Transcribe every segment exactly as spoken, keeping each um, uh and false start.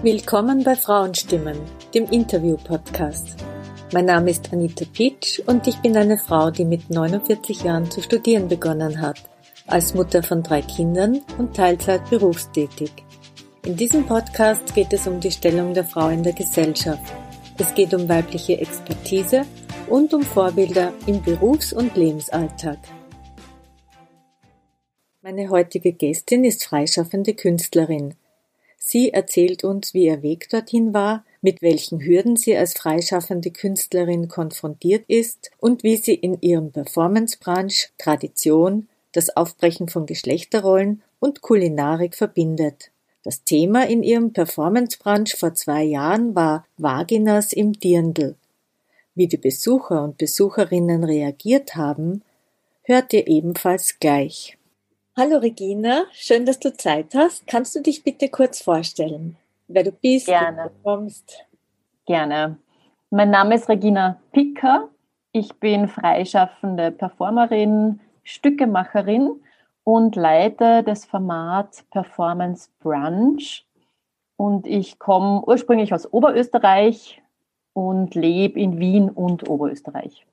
Willkommen bei Frauenstimmen, dem Interview-Podcast. Mein Name ist Anita Pitsch und ich bin eine Frau, die mit neunundvierzig Jahren zu studieren begonnen hat, als Mutter von drei Kindern und Teilzeit berufstätig. In diesem Podcast geht es um die Stellung der Frau in der Gesellschaft. Es geht um weibliche Expertise und um Vorbilder im Berufs- und Lebensalltag. Meine heutige Gästin ist freischaffende Künstlerin. Sie erzählt uns, wie ihr Weg dorthin war, mit welchen Hürden sie als freischaffende Künstlerin konfrontiert ist und wie sie in ihrem Performance-Branche Tradition, das Aufbrechen von Geschlechterrollen und Kulinarik verbindet. Das Thema in ihrem Performance-Branche vor zwei Jahren war Vaginas im Dirndl. Wie die Besucher und Besucherinnen reagiert haben, hört ihr ebenfalls gleich. Hallo Regina, schön, dass du Zeit hast. Kannst du dich bitte kurz vorstellen, wer du bist, Gerne. wo du kommst? Gerne. Mein Name ist Regina Picker. Ich bin freischaffende Performerin, Stückemacherin und leite das Format Performance Brunch. Und ich komme ursprünglich aus Oberösterreich und lebe in Wien und Oberösterreich.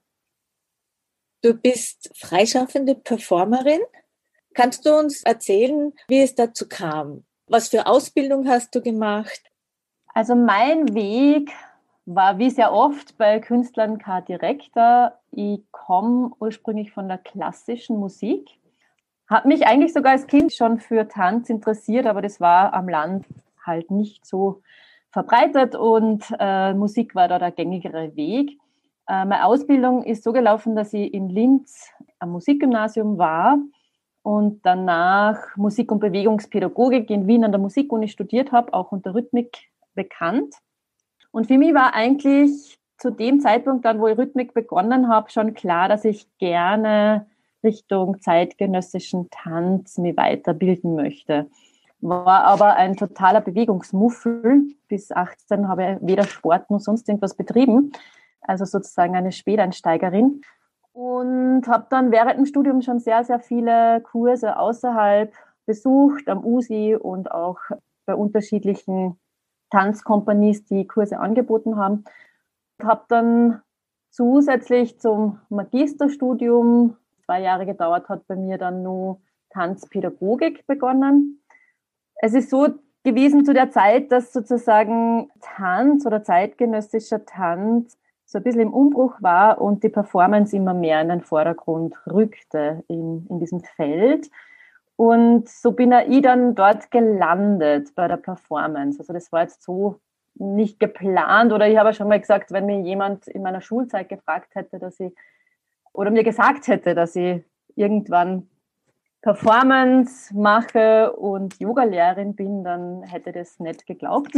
Du bist freischaffende Performerin. Kannst du uns erzählen, wie es dazu kam? Was für Ausbildung hast du gemacht? Also mein Weg war wie sehr oft bei Künstlern kein direkter. Ich komme ursprünglich von der klassischen Musik. Habe mich eigentlich sogar als Kind schon für Tanz interessiert, aber das war am Land halt nicht so verbreitet und äh, Musik war da der gängigere Weg. Äh, meine Ausbildung ist so gelaufen, dass ich in Linz am Musikgymnasium war und danach Musik- und Bewegungspädagogik in Wien an der Musikuni studiert habe, auch unter Rhythmik bekannt. Und für mich war eigentlich zu dem Zeitpunkt dann, wo ich Rhythmik begonnen habe, schon klar, dass ich gerne Richtung zeitgenössischen Tanz mich weiterbilden möchte. War aber ein totaler Bewegungsmuffel. Bis achtzehn habe ich weder Sport noch sonst irgendwas betrieben. Also sozusagen eine Späteinsteigerin. Und habe dann während dem Studium schon sehr, sehr viele Kurse außerhalb besucht, am U S I und auch bei unterschiedlichen Tanzkompanies, die Kurse angeboten haben. Habe dann zusätzlich zum Magisterstudium, zwei Jahre gedauert hat, bei mir dann nur Tanzpädagogik begonnen. Es ist so gewesen zu der Zeit, dass sozusagen Tanz oder zeitgenössischer Tanz so ein bisschen im Umbruch war und die Performance immer mehr in den Vordergrund rückte in, in diesem Feld. Und so bin ich dann dort gelandet bei der Performance. Also das war jetzt so nicht geplant oder ich habe schon mal gesagt, wenn mir jemand in meiner Schulzeit gefragt hätte, dass ich oder mir gesagt hätte, dass ich irgendwann Performance mache und Yogalehrerin bin, dann hätte das nicht geglaubt.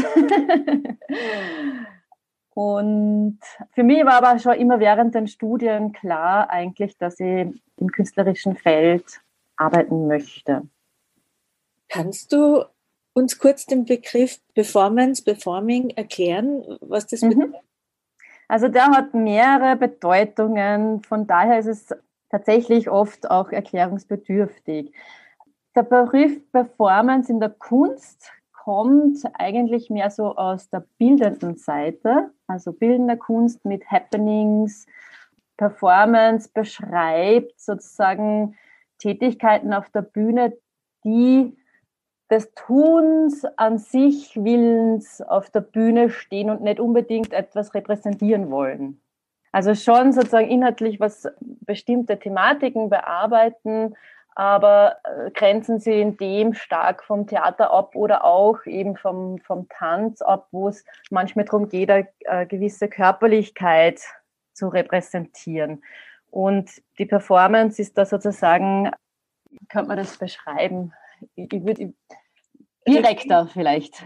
Und für mich war aber schon immer während den Studien klar eigentlich, dass ich im künstlerischen Feld arbeiten möchte. Kannst du uns kurz den Begriff Performance, Performing erklären, was das bedeutet? Mhm. Also der hat mehrere Bedeutungen, von daher ist es tatsächlich oft auch erklärungsbedürftig. Der Begriff Performance in der Kunst kommt eigentlich mehr so aus der bildenden Seite, also bildende Kunst mit Happenings. Performance beschreibt sozusagen Tätigkeiten auf der Bühne, die des Tuns an sich willens auf der Bühne stehen und nicht unbedingt etwas repräsentieren wollen. Also schon sozusagen inhaltlich was bestimmte Thematiken bearbeiten, aber grenzen sie in dem stark vom Theater ab oder auch eben vom, vom Tanz ab, wo es manchmal darum geht, eine gewisse Körperlichkeit zu repräsentieren. Und die Performance ist da sozusagen, wie könnte man das beschreiben? Ich, ich würde direkter vielleicht.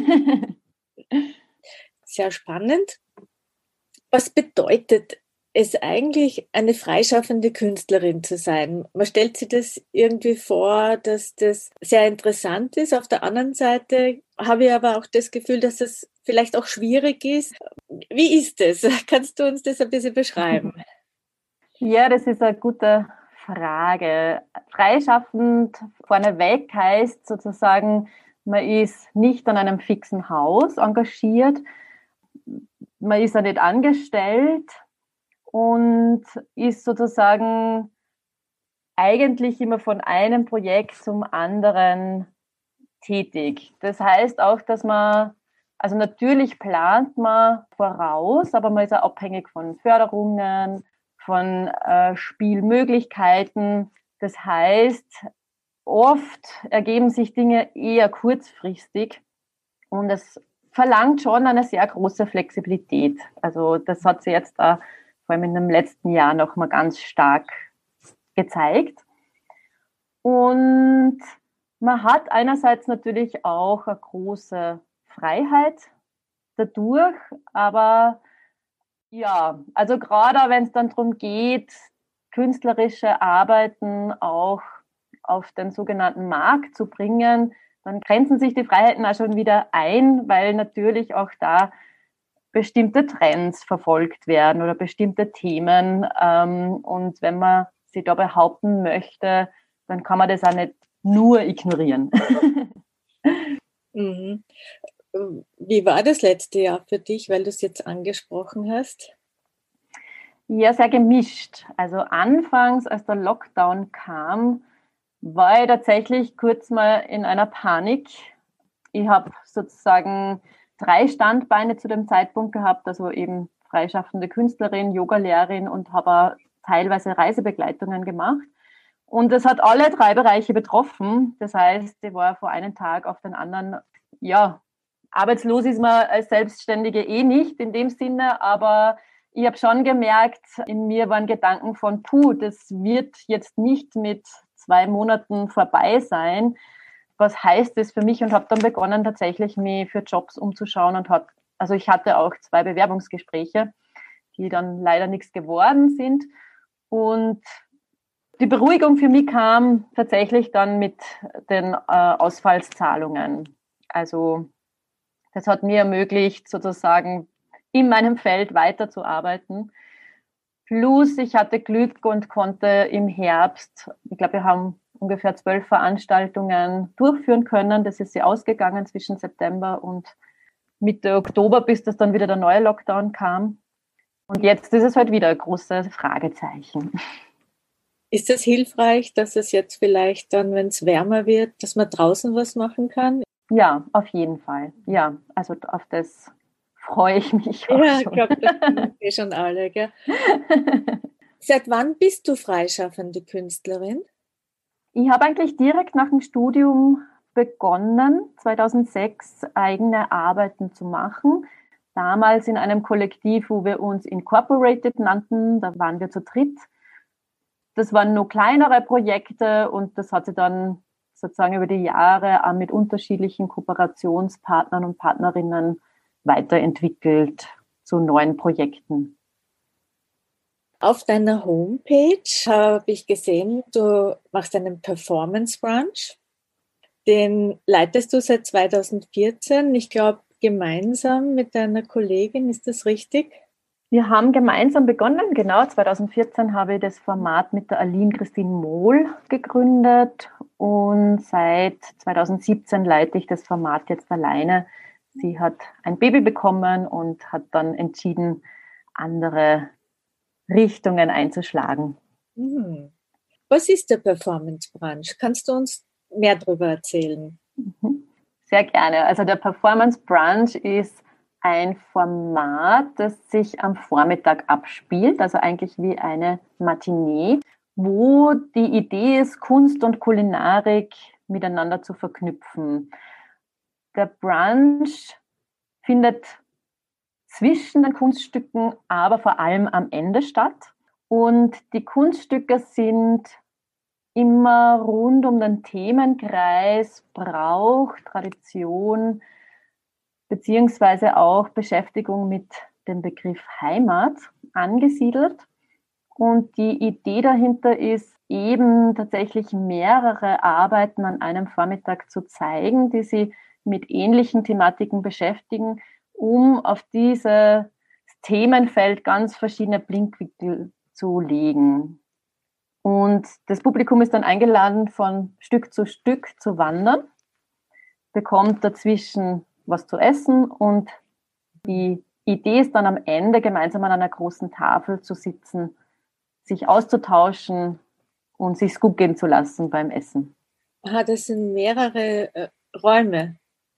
Sehr spannend. Was bedeutet es eigentlich, eine freischaffende Künstlerin zu sein? Man stellt sich das irgendwie vor, dass das sehr interessant ist. Auf der anderen Seite habe ich aber auch das Gefühl, dass es vielleicht auch schwierig ist. Wie ist es? Kannst du uns das ein bisschen beschreiben? Ja, das ist eine gute Frage. Freischaffend vorneweg heißt sozusagen, Man ist nicht an einem fixen Haus engagiert. Man ist ja nicht angestellt und ist sozusagen eigentlich immer von einem Projekt zum anderen tätig. Das heißt auch, dass man, also natürlich plant man voraus, aber man ist ja abhängig von Förderungen, von äh, Spielmöglichkeiten. Das heißt, oft ergeben sich Dinge eher kurzfristig und es verlangt schon eine sehr große Flexibilität. Also das hat sich jetzt da vor allem in dem letzten Jahr noch mal ganz stark gezeigt. Und man hat einerseits natürlich auch eine große Freiheit dadurch, aber ja, also gerade wenn es dann darum geht, künstlerische Arbeiten auch auf den sogenannten Markt zu bringen, dann grenzen sich die Freiheiten auch schon wieder ein, weil natürlich auch da bestimmte Trends verfolgt werden oder bestimmte Themen. Und wenn man sich da behaupten möchte, dann kann man das auch nicht nur ignorieren. Mhm. Wie war das letzte Jahr für dich, weil du es jetzt angesprochen hast? Ja, sehr gemischt. Also anfangs, als der Lockdown kam, war ich tatsächlich kurz mal in einer Panik. Ich habe sozusagen drei Standbeine zu dem Zeitpunkt gehabt, also eben freischaffende Künstlerin, Yogalehrerin und habe teilweise Reisebegleitungen gemacht. Und das hat alle drei Bereiche betroffen. Das heißt, ich war von einem Tag auf den anderen, ja, arbeitslos ist man als Selbstständige eh nicht in dem Sinne, aber ich habe schon gemerkt, in mir waren Gedanken von, puh, das wird jetzt nicht mit zwei Monaten vorbei sein. Was heißt das für mich? Und habe dann begonnen, tatsächlich mich für Jobs umzuschauen und hat, also ich hatte auch zwei Bewerbungsgespräche, die dann leider nichts geworden sind. Und die Beruhigung für mich kam tatsächlich dann mit den äh, Ausfallszahlungen. Also das hat mir ermöglicht, sozusagen in meinem Feld weiterzuarbeiten. Plus ich hatte Glück und konnte im Herbst, ich glaube, wir haben ungefähr zwölf Veranstaltungen durchführen können. Das ist ja ausgegangen zwischen September und Mitte Oktober, bis das dann wieder der neue Lockdown kam. Und jetzt ist es halt wieder ein großes Fragezeichen. Ist es hilfreich, dass es jetzt vielleicht dann, wenn es wärmer wird, dass man draußen was machen kann? Ja, auf jeden Fall. Ja, also auf das freue ich mich auch ja, schon. ich glaube, das sind wir schon alle. Gell? Seit wann bist du freischaffende Künstlerin? Ich habe eigentlich direkt nach dem Studium begonnen, zweitausendsechs eigene Arbeiten zu machen. Damals in einem Kollektiv, wo wir uns Incorporated nannten, da waren wir zu dritt. Das waren nur kleinere Projekte und das hat sich dann sozusagen über die Jahre auch mit unterschiedlichen Kooperationspartnern und Partnerinnen weiterentwickelt zu neuen Projekten. Auf deiner Homepage habe ich gesehen, du machst einen Performance Brunch. Den leitest du seit zweitausendvierzehn, ich glaube gemeinsam mit deiner Kollegin, ist das richtig? Wir haben gemeinsam begonnen, genau. zweitausendvierzehn habe ich das Format mit der Aline Christine Mohl gegründet und seit zweitausendsiebzehn leite ich das Format jetzt alleine. Sie hat ein Baby bekommen und hat dann entschieden, andere Richtungen einzuschlagen. Mhm. Was ist der Performance Brunch? Kannst du uns mehr darüber erzählen? Sehr gerne. Also der Performance Brunch ist ein Format, das sich am Vormittag abspielt, also eigentlich wie eine Matinee, wo die Idee ist, Kunst und Kulinarik miteinander zu verknüpfen. Der Brunch findet zwischen den Kunststücken, aber vor allem am Ende statt. Und die Kunststücke sind immer rund um den Themenkreis Brauch, Tradition, beziehungsweise auch Beschäftigung mit dem Begriff Heimat angesiedelt. Und die Idee dahinter ist eben tatsächlich mehrere Arbeiten an einem Vormittag zu zeigen, die sie mit ähnlichen Thematiken beschäftigen, um auf dieses Themenfeld ganz verschiedene Blickwinkel zu legen. Und das Publikum ist dann eingeladen, von Stück zu Stück zu wandern. bekommt dazwischen was zu essen und die Idee ist dann am Ende, gemeinsam an einer großen Tafel zu sitzen, sich auszutauschen und sich gut gehen zu lassen beim Essen. Aha, das sind mehrere äh, Räume.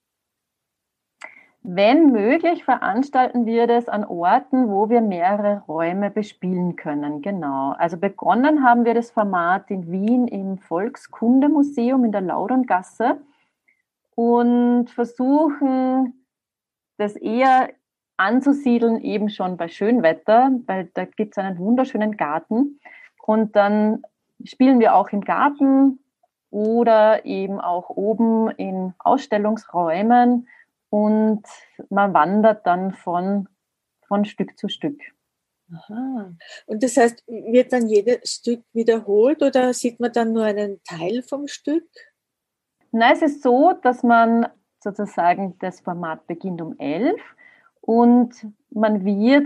Wenn möglich, veranstalten wir das an Orten, wo wir mehrere Räume bespielen können. Genau. Also begonnen haben wir das Format in Wien im Volkskundemuseum in der Lauderngasse und versuchen, das eher anzusiedeln, eben schon bei Schönwetter, weil da gibt es einen wunderschönen Garten. Und dann spielen wir auch im Garten oder eben auch oben in Ausstellungsräumen. Und man wandert dann von, von Stück zu Stück. Aha. Und das heißt, wird dann jedes Stück wiederholt oder sieht man dann nur einen Teil vom Stück? Na, es ist so, dass man sozusagen, das Format beginnt um elf und man wird,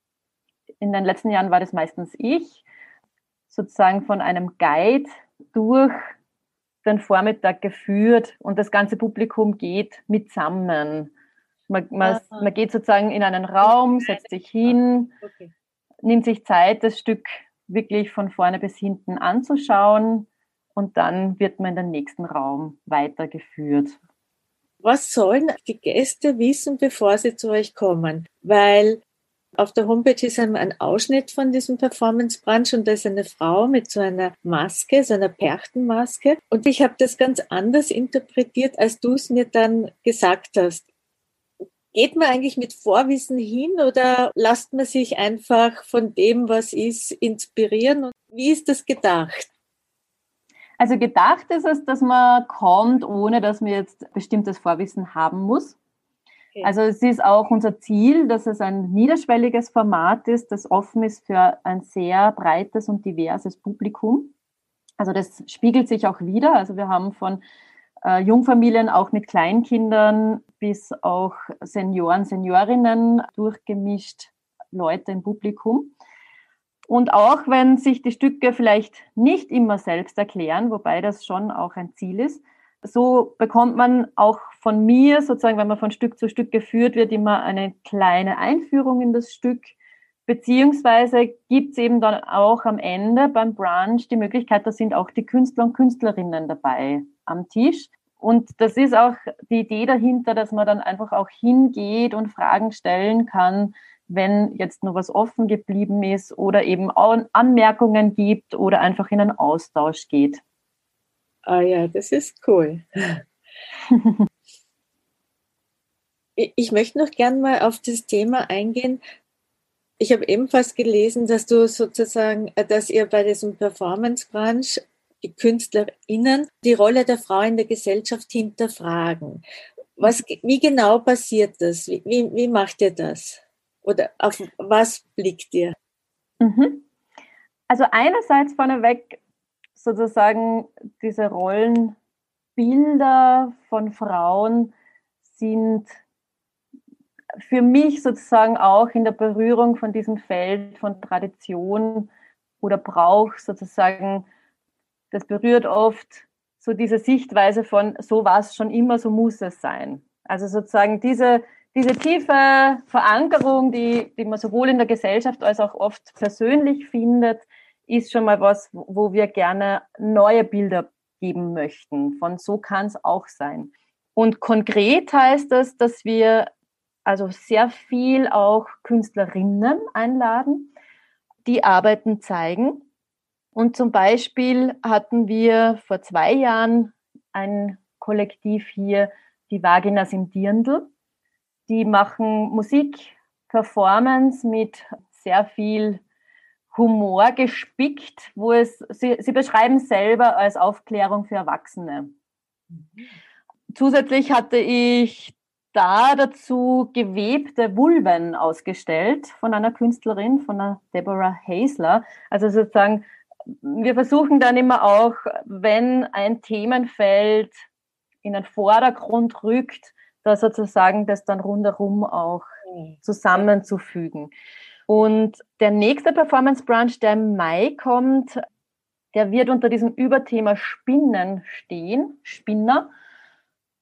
in den letzten Jahren war das meistens ich, sozusagen von einem Guide durch den Vormittag geführt und das ganze Publikum geht mitsammen. Man, man, Ah. man geht sozusagen in einen Raum, setzt sich hin, Okay. nimmt sich Zeit, das Stück wirklich von vorne bis hinten anzuschauen und dann wird man in den nächsten Raum weitergeführt. Was sollen die Gäste wissen, bevor sie zu euch kommen? Weil auf der Homepage ist ein Ausschnitt von diesem Performance Brunch und da ist eine Frau mit so einer Maske, so einer Perchtenmaske. Und ich habe das ganz anders interpretiert, als du es mir dann gesagt hast. Geht man eigentlich mit Vorwissen hin oder lasst man sich einfach von dem, was ist, inspirieren? Und wie ist das gedacht? Also gedacht ist es, dass man kommt, ohne dass man jetzt bestimmtes Vorwissen haben muss. Okay. Also es ist auch unser Ziel, dass es ein niederschwelliges Format ist, das offen ist für ein sehr breites und diverses Publikum. Also das spiegelt sich auch wieder. Also wir haben von äh, Jungfamilien auch mit Kleinkindern bis auch Senioren, Seniorinnen durchgemischt, Leute im Publikum. Und auch wenn sich die Stücke vielleicht nicht immer selbst erklären, wobei das schon auch ein Ziel ist, so bekommt man auch von mir, sozusagen, wenn man von Stück zu Stück geführt wird, immer eine kleine Einführung in das Stück. Beziehungsweise gibt es eben dann auch am Ende beim Brunch die Möglichkeit, da sind auch die Künstler und Künstlerinnen dabei am Tisch. Und das ist auch die Idee dahinter, dass man dann einfach auch hingeht und Fragen stellen kann, wenn jetzt noch was offen geblieben ist oder eben Anmerkungen gibt oder einfach in einen Austausch geht. Ah ja, das ist cool. Ich möchte noch gern mal auf das Thema eingehen. Ich habe ebenfalls gelesen, dass du sozusagen, dass ihr bei diesem Performance Brunch die KünstlerInnen die Rolle der Frau in der Gesellschaft hinterfragen. Was, wie genau passiert das? Wie, wie, wie macht ihr das? Oder auf was blickt ihr? Mhm. Also einerseits vorneweg sozusagen diese Rollenbilder von Frauen sind für mich sozusagen auch in der Berührung von diesem Feld von Tradition oder Brauch sozusagen, das berührt oft so diese Sichtweise von so war es schon immer, so muss es sein. Also sozusagen diese, diese tiefe Verankerung, die, die man sowohl in der Gesellschaft als auch oft persönlich findet, ist schon mal was, wo wir gerne neue Bilder geben möchten. Von so kann es auch sein. Und konkret heißt das, dass wir also sehr viel auch Künstlerinnen einladen, die Arbeiten zeigen. Und zum Beispiel hatten wir vor zwei Jahren ein Kollektiv hier, die Vaginas im Dirndl. Die machen Musik, Performance mit sehr viel Humor gespickt, wo es, sie, sie beschreiben selber als Aufklärung für Erwachsene. Mhm. Zusätzlich hatte ich da dazu gewebte Vulven ausgestellt von einer Künstlerin, von der Deborah Hazler. Also sozusagen, wir versuchen dann immer auch, wenn ein Themenfeld in den Vordergrund rückt, da sozusagen das dann rundherum auch zusammenzufügen. Und der nächste Performance Brunch, der im Mai kommt, der wird unter diesem Überthema Spinnen stehen, Spinner.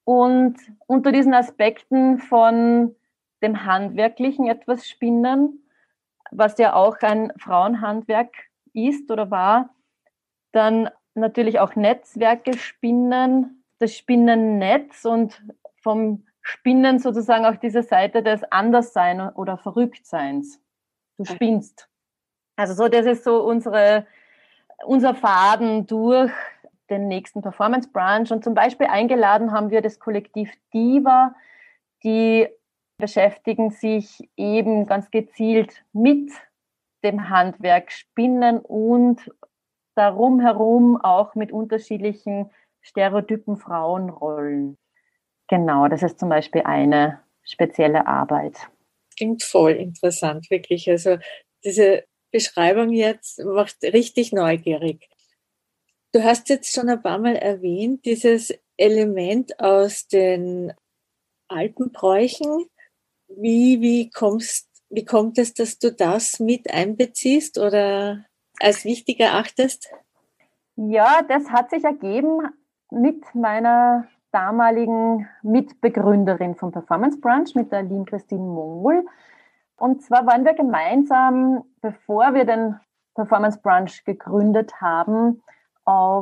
Und unter diesen Aspekten von dem Handwerklichen etwas spinnen, was ja auch ein Frauenhandwerk ist oder war, dann natürlich auch Netzwerke spinnen, das Spinnennetz und vom Spinnen sozusagen auch diese Seite des Anderssein oder Verrücktseins. Du spinnst. Also so, das ist so unsere, unser Faden durch den nächsten Performance Brunch. Und zum Beispiel eingeladen haben wir das Kollektiv Diva, die beschäftigen sich eben ganz gezielt mit dem Handwerk Spinnen und darum herum auch mit unterschiedlichen stereotypen Frauenrollen. Genau, das ist zum Beispiel eine spezielle Arbeit. Klingt voll interessant, wirklich. Also diese Beschreibung jetzt macht richtig neugierig. Du hast jetzt schon ein paar Mal erwähnt, dieses Element aus den alten Bräuchen. Wie, wie, kommst, wie kommt es, dass du das mit einbeziehst oder als wichtig erachtest? Ja, das hat sich ergeben mit meiner damaligen Mitbegründerin vom Performance Brunch, mit der lieben Christine Mongol. Und zwar waren wir gemeinsam, bevor wir den Performance Brunch gegründet haben, auf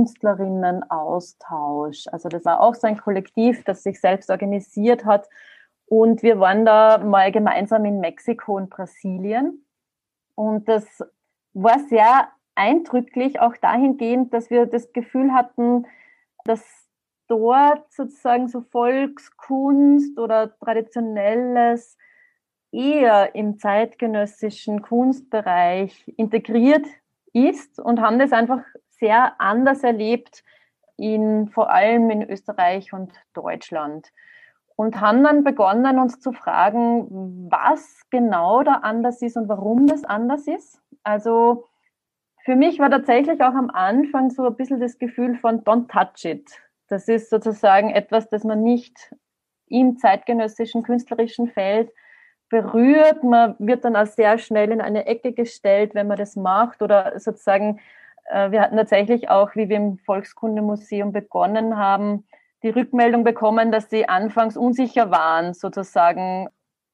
Künstlerinnenaustausch. Also das war auch so ein Kollektiv, das sich selbst organisiert hat. Und wir waren da mal gemeinsam in Mexiko und Brasilien. Und das war sehr eindrücklich, auch dahingehend, dass wir das Gefühl hatten, dass dort sozusagen so Volkskunst oder Traditionelles eher im zeitgenössischen Kunstbereich integriert ist und haben das einfach sehr anders erlebt, in, vor allem in Österreich und Deutschland. Und haben dann begonnen, uns zu fragen, was genau da anders ist und warum das anders ist. Also für mich war tatsächlich auch am Anfang so ein bisschen das Gefühl von don't touch it. Das ist sozusagen etwas, das man nicht im zeitgenössischen künstlerischen Feld berührt. Man wird dann auch sehr schnell in eine Ecke gestellt, wenn man das macht. Oder sozusagen, äh, wir hatten tatsächlich auch, wie wir im Volkskundemuseum begonnen haben, die Rückmeldung bekommen, dass sie anfangs unsicher waren, sozusagen,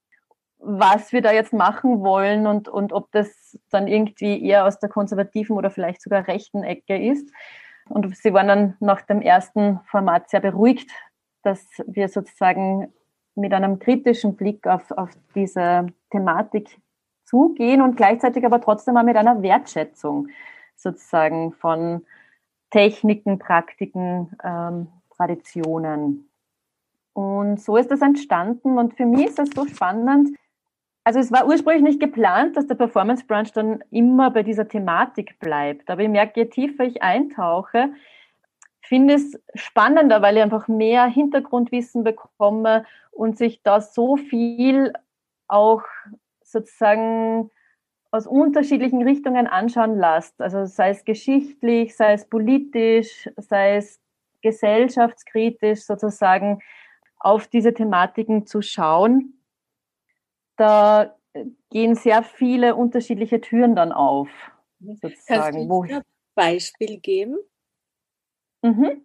was wir da jetzt machen wollen und, und ob das dann irgendwie eher aus der konservativen oder vielleicht sogar rechten Ecke ist. Und sie waren dann nach dem ersten Format sehr beruhigt, dass wir sozusagen mit einem kritischen Blick auf, auf diese Thematik zugehen und gleichzeitig aber trotzdem auch mit einer Wertschätzung sozusagen von Techniken, Praktiken, ähm, Traditionen. Und so ist das entstanden und für mich ist es so spannend. Also es war ursprünglich nicht geplant, dass der Performance Brunch dann immer bei dieser Thematik bleibt. Aber ich merke, je tiefer ich eintauche, finde es spannender, weil ich einfach mehr Hintergrundwissen bekomme und sich da so viel auch sozusagen aus unterschiedlichen Richtungen anschauen lässt. Also sei es geschichtlich, sei es politisch, sei es gesellschaftskritisch sozusagen auf diese Thematiken zu schauen. Da gehen sehr viele unterschiedliche Türen dann auf, sozusagen. Kannst du uns ein Beispiel geben? Mhm.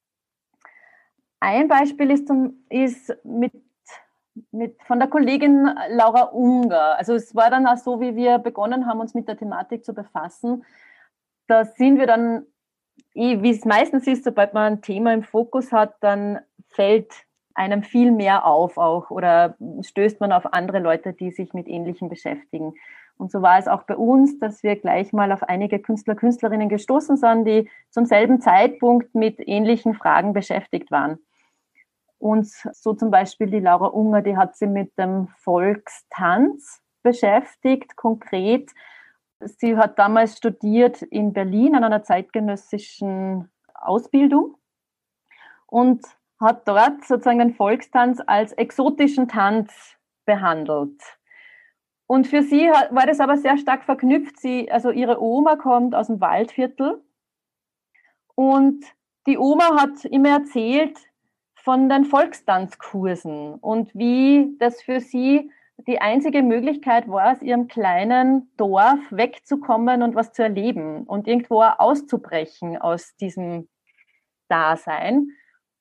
Ein Beispiel ist, zum, ist mit, mit, von der Kollegin Laura Unger. Also es war dann auch so, wie wir begonnen haben, uns mit der Thematik zu befassen. Da sind wir dann, wie es meistens ist, sobald man ein Thema im Fokus hat, dann fällt einem viel mehr auf auch oder stößt man auf andere Leute, die sich mit Ähnlichem beschäftigen. Und so war es auch bei uns, dass wir gleich mal auf einige Künstler, Künstlerinnen gestoßen sind, die zum selben Zeitpunkt mit ähnlichen Fragen beschäftigt waren. Und so zum Beispiel die Laura Unger, die hat sich mit dem Volkstanz beschäftigt, konkret. Sie hat damals studiert in Berlin an einer zeitgenössischen Ausbildung und hat dort sozusagen den Volkstanz als exotischen Tanz behandelt. Und für sie war das aber sehr stark verknüpft. Sie, also ihre Oma kommt aus dem Waldviertel und die Oma hat immer erzählt von den Volkstanzkursen und wie das für sie die einzige Möglichkeit war, aus ihrem kleinen Dorf wegzukommen und was zu erleben und irgendwo auszubrechen aus diesem Dasein.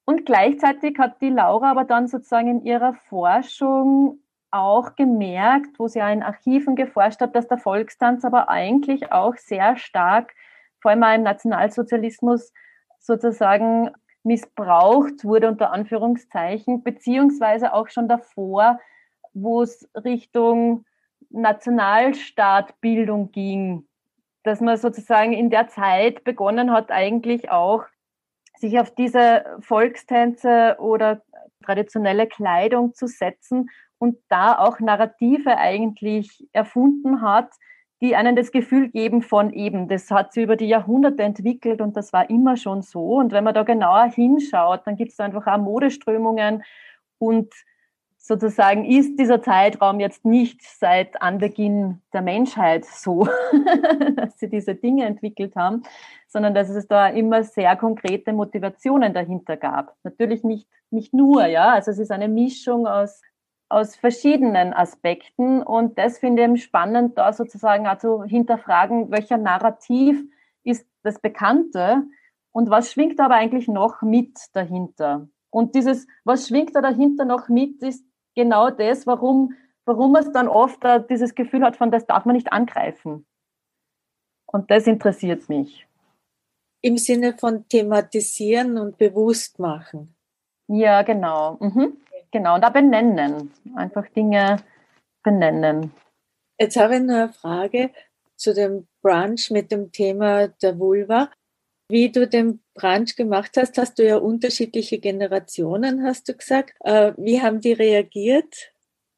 Und gleichzeitig hat die Laura aber dann sozusagen in ihrer Forschung auch gemerkt, wo sie ja in Archiven geforscht hat, dass der Volkstanz aber eigentlich auch sehr stark, vor allem auch im Nationalsozialismus, sozusagen missbraucht wurde, unter Anführungszeichen, beziehungsweise auch schon davor, wo es Richtung Nationalstaatbildung ging, dass man sozusagen in der Zeit begonnen hat, eigentlich auch sich auf diese Volkstänze oder traditionelle Kleidung zu setzen und da auch Narrative eigentlich erfunden hat, die einen das Gefühl geben von eben, das hat sie über die Jahrhunderte entwickelt und das war immer schon so. Und wenn man da genauer hinschaut, dann gibt es einfach auch Modeströmungen und sozusagen ist dieser Zeitraum jetzt nicht seit Anbeginn der Menschheit so, dass sie diese Dinge entwickelt haben, sondern dass es da immer sehr konkrete Motivationen dahinter gab. Natürlich nicht, nicht nur, ja, also es ist eine Mischung aus, aus verschiedenen Aspekten und das finde ich spannend, da sozusagen auch zu hinterfragen, welcher Narrativ ist das Bekannte und was schwingt aber eigentlich noch mit dahinter. Und dieses, was schwingt da dahinter noch mit, ist genau das, warum, warum man es dann oft uh, dieses Gefühl hat von, das darf man nicht angreifen. Und das interessiert mich. Im Sinne von thematisieren und bewusst machen. Ja, genau. Mhm. Genau, und da benennen. Einfach Dinge benennen. Jetzt habe ich noch eine Frage zu dem Brunch mit dem Thema der Vulva. Wie du den Brunch gemacht hast, hast du ja unterschiedliche Generationen, hast du gesagt. Wie haben die reagiert?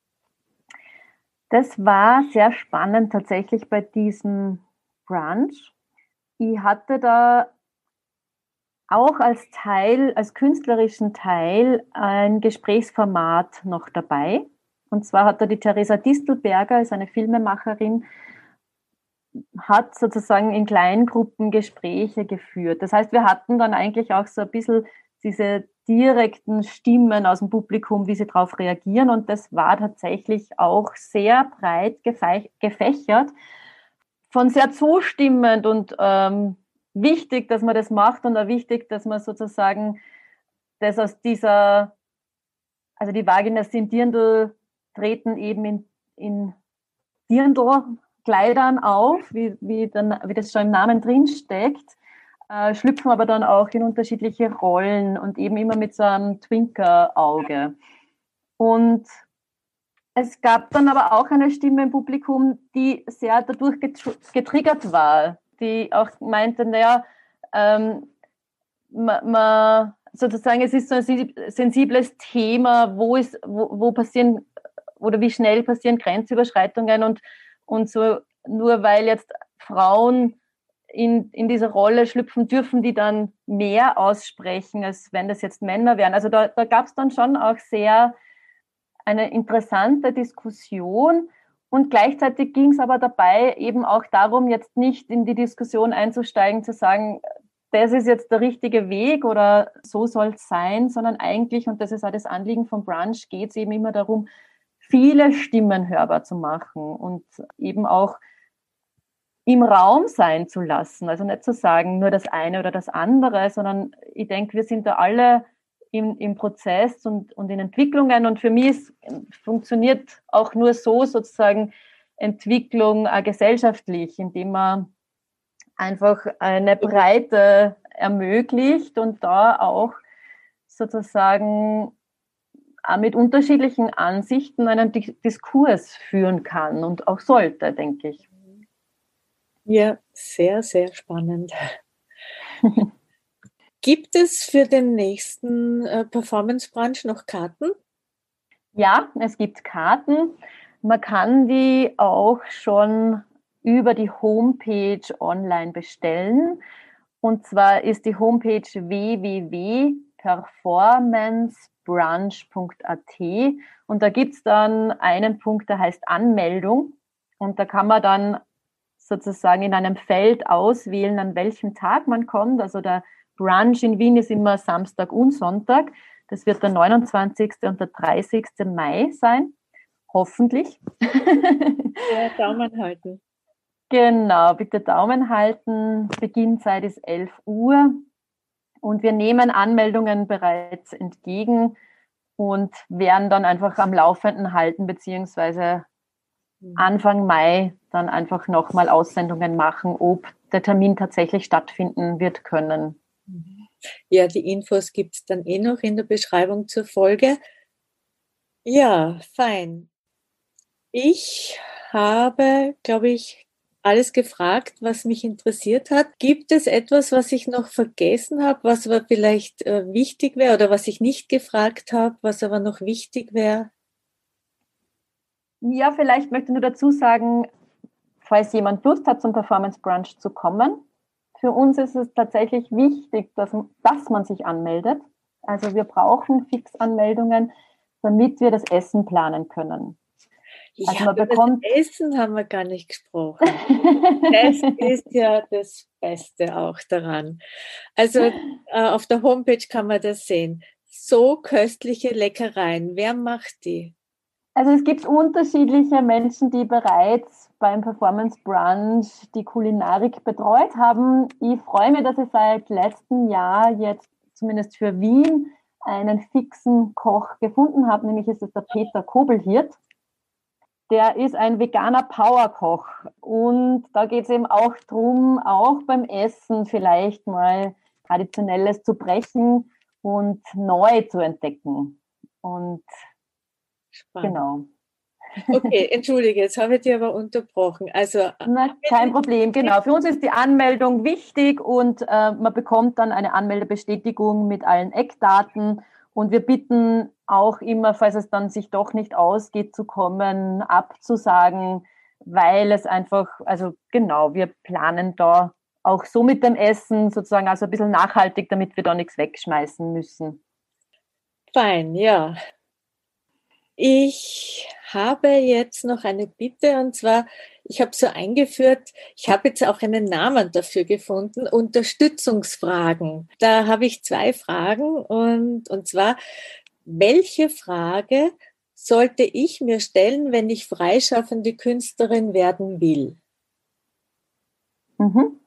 Das war sehr spannend tatsächlich bei diesem Brunch. Ich hatte da auch als Teil, als künstlerischen Teil ein Gesprächsformat noch dabei. Und zwar hat da die Theresa Distelberger, ist eine Filmemacherin, hat sozusagen in Kleingruppen Gespräche geführt. Das heißt, wir hatten dann eigentlich auch so ein bisschen diese direkten Stimmen aus dem Publikum, wie sie darauf reagieren. Und das war tatsächlich auch sehr breit gefächert, von sehr zustimmend und ähm, wichtig, dass man das macht und auch wichtig, dass man sozusagen das aus dieser, also die Vagina sind Dirndl, treten eben in, in Dirndl-Kleidern auf, wie, wie, dann, wie das schon im Namen drin steckt, äh, schlüpfen aber dann auch in unterschiedliche Rollen und eben immer mit so einem Twinker-Auge. Und es gab dann aber auch eine Stimme im Publikum, die sehr dadurch getriggert war, die auch meinte, naja, ähm, man, man, sozusagen, es ist so ein sensibles Thema, wo, ist, wo, wo passieren oder wie schnell passieren Grenzüberschreitungen und, und so, nur weil jetzt Frauen in, in diese Rolle schlüpfen, dürfen die dann mehr aussprechen, als wenn das jetzt Männer wären. Also da, da gab es dann schon auch sehr eine interessante Diskussion und gleichzeitig ging es aber dabei eben auch darum, jetzt nicht in die Diskussion einzusteigen, zu sagen, das ist jetzt der richtige Weg oder so soll es sein, sondern eigentlich, und das ist auch das Anliegen vom Brunch, geht es eben immer darum, viele Stimmen hörbar zu machen und eben auch im Raum sein zu lassen. Also nicht zu sagen, nur das eine oder das andere, sondern ich denke, wir sind da alle im, im Prozess und, und in Entwicklungen. Und für mich ist, funktioniert auch nur so sozusagen Entwicklung äh, gesellschaftlich, indem man einfach eine Breite ermöglicht und da auch sozusagen auch mit unterschiedlichen Ansichten einen Diskurs führen kann und auch sollte, denke ich. Ja, sehr, sehr spannend. Gibt es für den nächsten äh, Performance Brunch noch Karten? Ja, es gibt Karten. Man kann die auch schon über die Homepage online bestellen. Und zwar ist die Homepage w w w punkt performance brunch punkt a t und da gibt es dann einen Punkt, der heißt Anmeldung. Und da kann man dann sozusagen in einem Feld auswählen, an welchem Tag man kommt. Also der Brunch in Wien ist immer Samstag und Sonntag. Das wird der neunundzwanzigste und der dreißigste Mai sein. Hoffentlich. Ja, Daumen halten. Genau, bitte Daumen halten. Beginnzeit ist elf Uhr. Und wir nehmen Anmeldungen bereits entgegen und werden dann einfach am Laufenden halten, beziehungsweise Anfang Mai dann einfach nochmal Aussendungen machen, ob der Termin tatsächlich stattfinden wird können. Ja, die Infos gibt es dann eh noch in der Beschreibung zur Folge. Ja, fein. Ich habe, glaube ich, alles gefragt, was mich interessiert hat. Gibt es etwas, was ich noch vergessen habe, was aber vielleicht äh, wichtig wäre oder was ich nicht gefragt habe, was aber noch wichtig wäre? Ja, vielleicht möchte ich nur dazu sagen, falls jemand Lust hat, zum Performance Brunch zu kommen, für uns ist es tatsächlich wichtig, dass, dass man sich anmeldet. Also wir brauchen Fixanmeldungen, damit wir das Essen planen können. Ja, Also man über bekommt das Essen haben wir gar nicht gesprochen. Das ist ja das Beste auch daran. Also äh, auf der Homepage kann man das sehen. So köstliche Leckereien. Wer macht die? Also es gibt unterschiedliche Menschen, die bereits beim Performance Brunch die Kulinarik betreut haben. Ich freue mich, dass ich seit letztem Jahr jetzt zumindest für Wien einen fixen Koch gefunden habe, nämlich ist es der Peter Kobelhirt. Der ist ein veganer Powerkoch und da geht es eben auch darum, auch beim Essen vielleicht mal Traditionelles zu brechen und neu zu entdecken. Und Spannend. genau. Okay, entschuldige, jetzt habe ich dich aber unterbrochen. Also, Na, kein Problem, genau. Für uns ist die Anmeldung wichtig und äh, man bekommt dann eine Anmeldebestätigung mit allen Eckdaten. Und wir bitten auch immer, falls es dann sich doch nicht ausgeht, zu kommen, abzusagen, weil es einfach, also genau, wir planen da auch so mit dem Essen sozusagen, also ein bisschen nachhaltig, damit wir da nichts wegschmeißen müssen. fein, ja. Ich habe jetzt noch eine Bitte und zwar, ich habe so eingeführt, ich habe jetzt auch einen Namen dafür gefunden, Unterstützungsfragen. Da habe ich zwei Fragen und, und zwar, welche Frage sollte ich mir stellen, wenn ich freischaffende Künstlerin werden will? Mhm.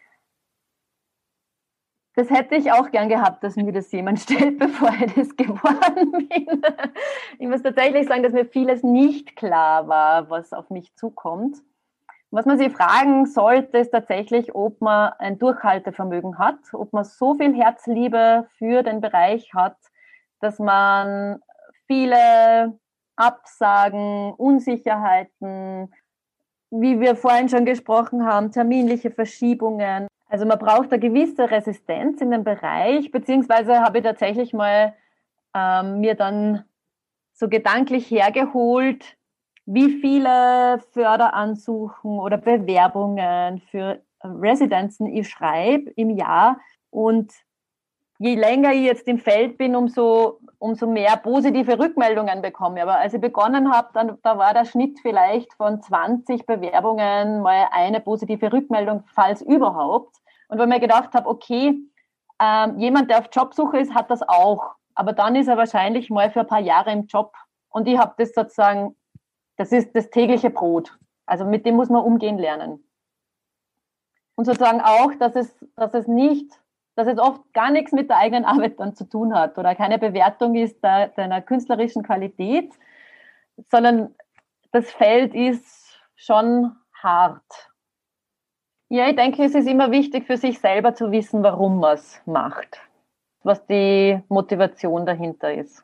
Das hätte ich auch gern gehabt, dass mir das jemand stellt, bevor ich das geworden bin. Ich muss tatsächlich sagen, dass mir vieles nicht klar war, was auf mich zukommt. Was man sich fragen sollte, ist tatsächlich, ob man ein Durchhaltevermögen hat, ob man so viel Herzliebe für den Bereich hat, dass man viele Absagen, Unsicherheiten, wie wir vorhin schon gesprochen haben, terminliche Verschiebungen. Also man braucht eine gewisse Resistenz in dem Bereich, beziehungsweise habe ich tatsächlich mal ähm, mir dann so gedanklich hergeholt, wie viele Förderansuchen oder Bewerbungen für Residenzen ich schreibe im Jahr. Und je länger ich jetzt im Feld bin, umso, umso mehr positive Rückmeldungen bekomme ich. Aber als ich begonnen habe, dann, da war der Schnitt vielleicht von zwanzig Bewerbungen mal eine positive Rückmeldung, falls überhaupt. Und weil ich mir gedacht habe, okay, ähm, jemand, der auf Jobsuche ist, hat das auch. Aber dann ist er wahrscheinlich mal für ein paar Jahre im Job. Und ich habe das sozusagen, das ist das tägliche Brot. Also mit dem muss man umgehen lernen. Und sozusagen auch, dass es, dass es nicht, dass es oft gar nichts mit der eigenen Arbeit dann zu tun hat oder keine Bewertung ist der, deiner künstlerischen Qualität, sondern das Feld ist schon hart. Ja, ich denke, es ist immer wichtig für sich selber zu wissen, warum man es macht, was die Motivation dahinter ist.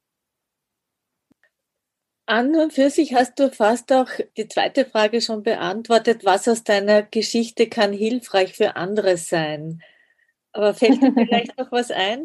An und für sich hast du fast auch die zweite Frage schon beantwortet. Was aus deiner Geschichte kann hilfreich für andere sein? Aber fällt dir vielleicht noch was ein?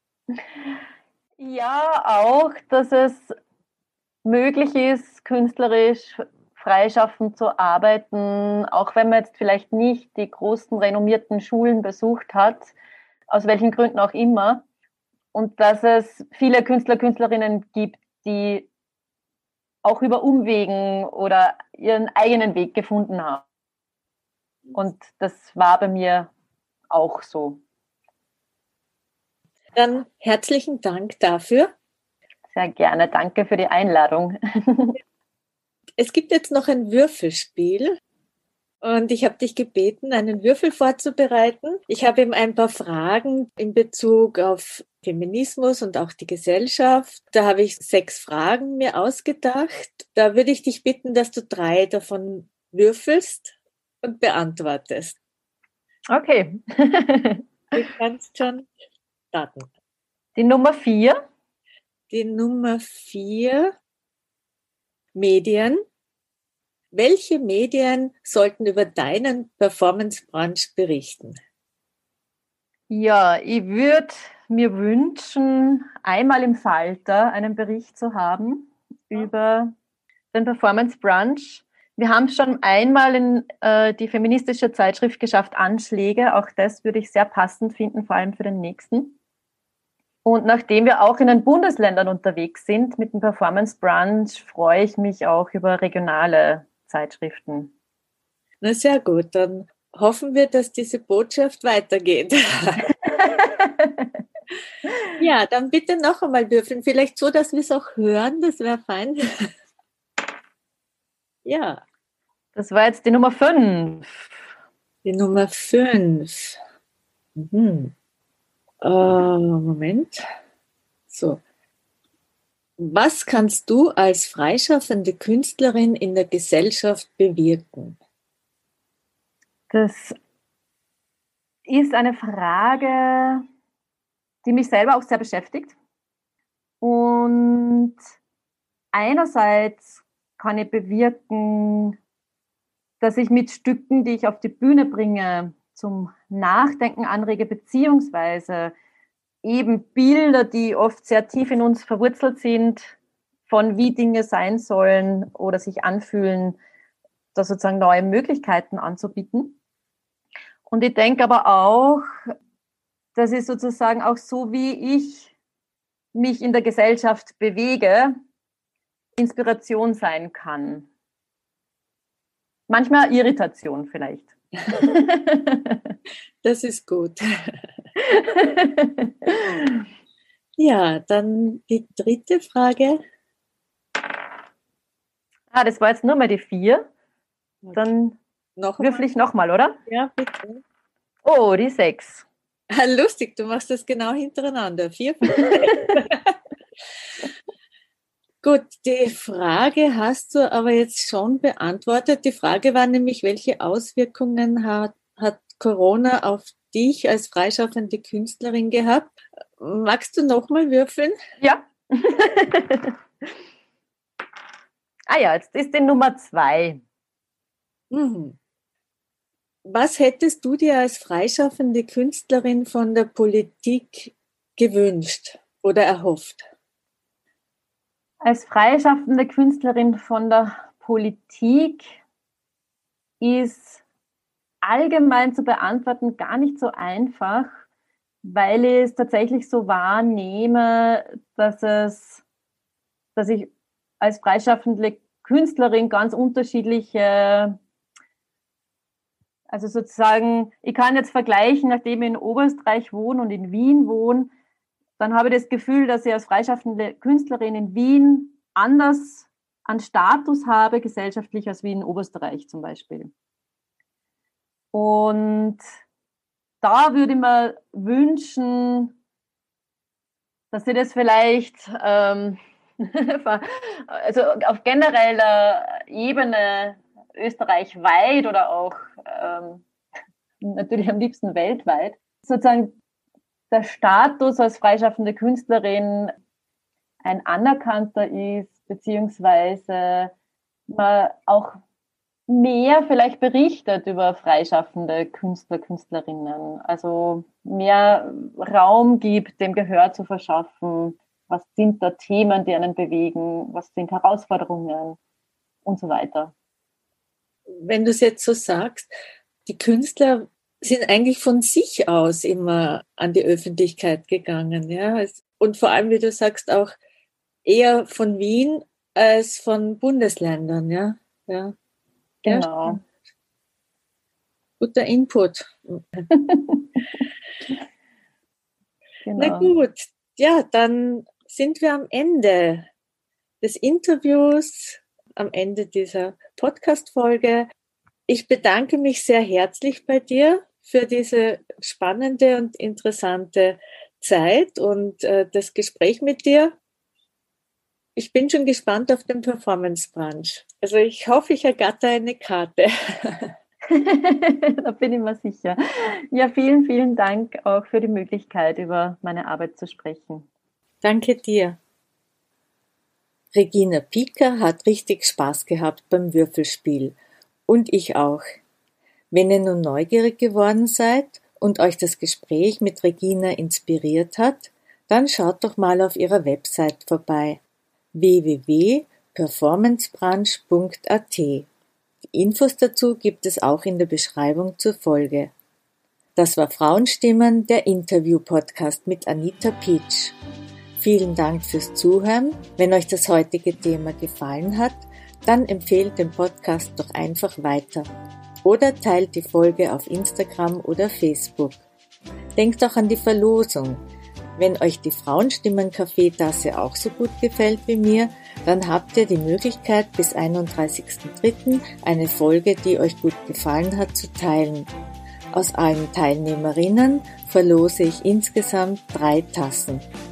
Ja, auch, dass es möglich ist, künstlerisch freischaffend zu arbeiten, auch wenn man jetzt vielleicht nicht die großen renommierten Schulen besucht hat, aus welchen Gründen auch immer. Und dass es viele Künstler, Künstlerinnen gibt, die auch über Umwegen oder ihren eigenen Weg gefunden haben. Und das war bei mir auch so. Dann herzlichen Dank dafür. Sehr gerne. Danke für die Einladung. Es gibt jetzt noch ein Würfelspiel. Und ich habe dich gebeten, einen Würfel vorzubereiten. Ich habe ihm ein paar Fragen in Bezug auf Feminismus und auch die Gesellschaft. Da habe ich sechs Fragen mir ausgedacht. Da würde ich dich bitten, dass du drei davon würfelst und beantwortest. Okay. Du kannst schon starten. Die Nummer vier. Die Nummer vier, Medien. Welche Medien sollten über deinen Performance-Branch berichten? Ja, ich würde mir wünschen, einmal im Falter einen Bericht zu haben über den Performance Brunch. Wir haben schon einmal in äh, die feministische Zeitschrift geschafft, Anschläge. Auch das würde ich sehr passend finden, vor allem für den nächsten. Und nachdem wir auch in den Bundesländern unterwegs sind mit dem Performance Brunch, freue ich mich auch über regionale Zeitschriften. Na sehr gut, dann hoffen wir, dass diese Botschaft weitergeht. Ja, dann bitte noch einmal würfeln. Vielleicht so, dass wir es auch hören. Das wäre fein. Ja. Das war jetzt die Nummer fünf. Die Nummer fünf. Mhm. Äh, Moment. So. Was kannst du als freischaffende Künstlerin in der Gesellschaft bewirken? Das ist eine Frage, die mich selber auch sehr beschäftigt. Und einerseits kann ich bewirken, dass ich mit Stücken, die ich auf die Bühne bringe, zum Nachdenken anrege, beziehungsweise eben Bilder, die oft sehr tief in uns verwurzelt sind, von wie Dinge sein sollen oder sich anfühlen, da sozusagen neue Möglichkeiten anzubieten. Und ich denke aber auch, dass ich sozusagen auch so, wie ich mich in der Gesellschaft bewege, Inspiration sein kann. Manchmal Irritation vielleicht. Das ist gut. Ja, dann die dritte Frage. Ah, das war jetzt nur mal die vier. Dann noch würfel ich nochmal, oder? Ja, bitte. Oh, die sechs. Lustig, du machst das genau hintereinander. Vier, fünf. Gut, die Frage hast du aber jetzt schon beantwortet. Die Frage war nämlich, welche Auswirkungen hat, hat Corona auf dich als freischaffende Künstlerin gehabt? Magst du nochmal würfeln? Ja. Ah ja, jetzt ist die Nummer zwei. Mhm. Was hättest du dir als freischaffende Künstlerin von der Politik gewünscht oder erhofft? Als freischaffende Künstlerin von der Politik ist allgemein zu beantworten gar nicht so einfach, weil ich es tatsächlich so wahrnehme, dass es, dass ich als freischaffende Künstlerin ganz unterschiedliche, also sozusagen, ich kann jetzt vergleichen, nachdem ich in Oberösterreich wohne und in Wien wohne, dann habe ich das Gefühl, dass ich als freischaffende Künstlerin in Wien anders an Status habe, gesellschaftlich, als wie in Oberösterreich zum Beispiel. Und da würde ich mir wünschen, dass sie das vielleicht ähm, also auf genereller Ebene österreichweit oder auch ähm, natürlich am liebsten weltweit sozusagen der Status als freischaffende Künstlerin ein anerkannter ist, beziehungsweise man auch mehr vielleicht berichtet über freischaffende Künstler, Künstlerinnen. Also mehr Raum gibt, dem Gehör zu verschaffen. Was sind da Themen, die einen bewegen? Was sind Herausforderungen? Und so weiter. Wenn du es jetzt so sagst, die Künstler sind eigentlich von sich aus immer an die Öffentlichkeit gegangen. Ja? Und vor allem, wie du sagst, auch eher von Wien als von Bundesländern. Ja, ja. Genau. Ja, guter Input. Genau. Na gut, ja, dann sind wir am Ende des Interviews, am Ende dieser Podcast-Folge. Ich bedanke mich sehr herzlich bei dir für diese spannende und interessante Zeit und äh, das Gespräch mit dir. Ich bin schon gespannt auf den Performance-Brunch. Also ich hoffe, ich ergatter eine Karte. Da bin ich mir sicher. Ja, vielen, vielen Dank auch für die Möglichkeit, über meine Arbeit zu sprechen. Danke dir. Regina Pieker hat richtig Spaß gehabt beim Würfelspiel. Und ich auch. Wenn ihr nun neugierig geworden seid und euch das Gespräch mit Regina inspiriert hat, dann schaut doch mal auf ihrer Website vorbei. w w w punkt performancebrunch punkt a t. Die Infos dazu gibt es auch in der Beschreibung zur Folge. Das war Frauenstimmen, der Interview-Podcast mit Anita Pietsch. Vielen Dank fürs Zuhören. Wenn euch das heutige Thema gefallen hat, dann empfehlt den Podcast doch einfach weiter oder teilt die Folge auf Instagram oder Facebook. Denkt auch an die Verlosung. Wenn euch die Frauenstimmen-Kaffeetasse auch so gut gefällt wie mir, dann habt ihr die Möglichkeit, bis einunddreißigsten dritten eine Folge, die euch gut gefallen hat, zu teilen. Aus allen Teilnehmerinnen verlose ich insgesamt drei Tassen.